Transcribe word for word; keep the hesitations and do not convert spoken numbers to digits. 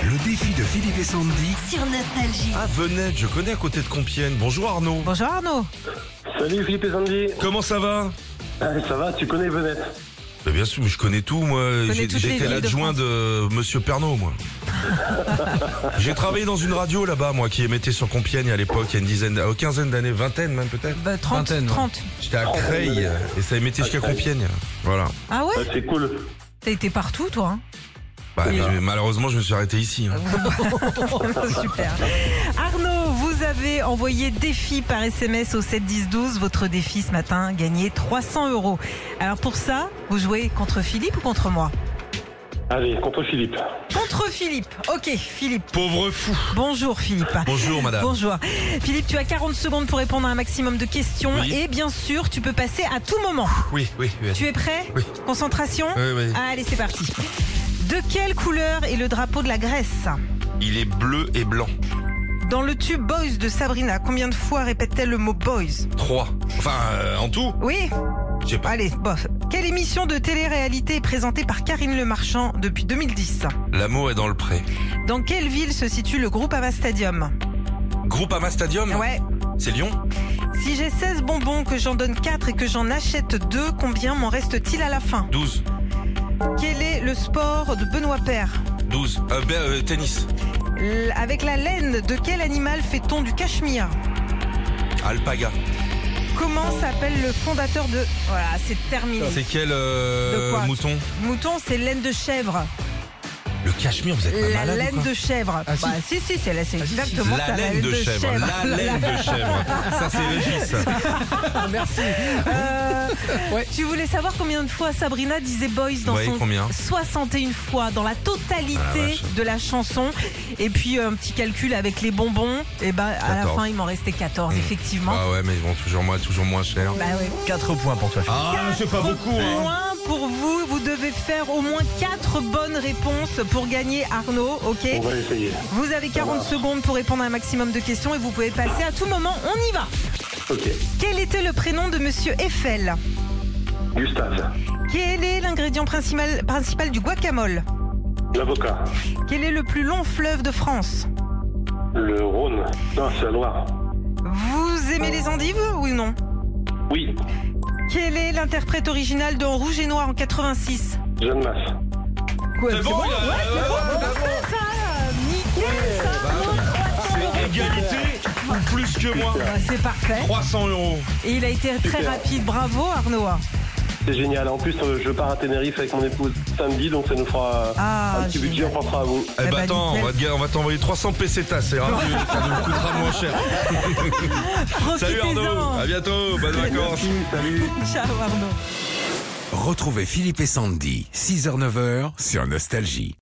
Le défi de Philippe et Sandy. Sur Nostalgie. Ah, Venette, je connais à côté de Compiègne. Bonjour Arnaud. Bonjour Arnaud. Salut Philippe et Sandy. Comment ça va? Ah, ça va, tu connais Venette? Bah, bien sûr, je connais tout, moi. connais J'ai- toutes les J'étais villes de l'adjoint France. de, Monsieur Pernaut, moi. J'ai travaillé dans une radio là-bas, moi, qui émettait sur Compiègne à l'époque, il y a une dizaine, euh, quinzaine d'années, vingtaine même peut-être. Bah, trente, Vingtaine, ouais. trente. J'étais à Creil et ça émettait jusqu'à Compiègne. Voilà. Ah Ah, ouais? c'est cool. T'as été partout toi hein? Bah, mais malheureusement, je me suis arrêté ici. hein. Super. Arnaud, vous avez envoyé défi par S M S au sept dix douze. Votre défi ce matin, gagner trois cents euros. Alors pour ça, vous jouez contre Philippe ou contre moi? Allez, contre Philippe. Contre Philippe. Ok, Philippe. Pauvre fou. Bonjour Philippe. Bonjour madame. Bonjour. Philippe, tu as quarante secondes pour répondre à un maximum de questions. Oui. Et bien sûr, tu peux passer à tout moment. Oui, oui, oui. Tu es prêt? Oui. Concentration? Oui, oui. Allez, c'est parti. De quelle couleur est le drapeau de la Grèce? Il est bleu et blanc. Dans le tube Boys de Sabrina, combien de fois répète-t-elle le mot Boys? Trois. Enfin, euh, en tout, Oui? je sais pas. Allez, bof. Quelle émission de télé-réalité est présentée par Karine Le Marchand depuis deux mille dix? L'amour est dans le pré. Dans quelle ville se situe le Groupama Stadium? Groupama Stadium. Ouais. C'est Lyon. Si j'ai seize bonbons, que j'en donne quatre et que j'en achète deux, combien m'en reste-t-il à la fin? douze. Quel est le sport de Benoît Paire? douze. Euh, ben, euh, tennis. L- Avec la laine de quel animal fait-on du cachemire? Alpaga. Comment s'appelle le fondateur de... Voilà, c'est terminé. C'est quel euh, De quoi? mouton? Mouton, c'est laine de chèvre. Le cachemire, vous êtes pas La malade ou laine quoi? de chèvre. Ah, si. Bah, si, si, c'est c'est exactement La ça. laine de chèvre. La laine de chèvre. Ça, c'est Régis. Merci. Euh, Ouais. Tu voulais savoir combien de fois Sabrina disait Boys dans Ouais, son... combien? soixante et une fois dans la totalité Ah, la vache. de la chanson. Et puis un petit calcul avec les bonbons. Et ben à la quatorze. fin, il m'en restait quatorze, Mmh. effectivement. Ah ouais, mais ils vont toujours moins, toujours moins cher. Bah ouais. quatre points pour toi. Ah, c'est pas beaucoup, hein. Point pour vous, vous devez faire au moins quatre bonnes réponses pour gagner Arnaud, ok? On va essayer. Vous avez quarante marche. secondes pour répondre à un maximum de questions et vous pouvez passer à tout moment, on y va. Ok. Quel était le prénom de Monsieur Eiffel? Gustave. Quel est l'ingrédient principal, principal du guacamole? L'avocat. Quel est le plus long fleuve de France? Le Rhône. Non, c'est la Loire. Vous aimez les endives ou non? Oui. Quel est l'interprète original de En Rouge et Noir en quatre-vingt-six? Jeanne Masse. Quoi, C'est bon, il a- ouais, c'est bon, c'est ça, nickel ça, Arnaud, trois cents euros. C'est égalité ou plus que moi. Bah, c'est parfait. trois cents euros. Et il a été très Super. rapide, bravo Arnaud. C'est génial. En plus, euh, je pars à Tenerife avec mon épouse samedi, donc ça nous fera Ah, un petit budget, génial. on pensera à vous. Eh Eh ben ben, attends, on nickel. va, te ga- on va t'envoyer trois cents pesetas, c'est grave, ça nous coûtera moins cher. Salut Arnaud, Profitez-en. à bientôt, bonnes vacances. Merci, salut. Ciao Arnaud. Retrouvez Philippe et Sandy, six heures neuf heures sur Nostalgie.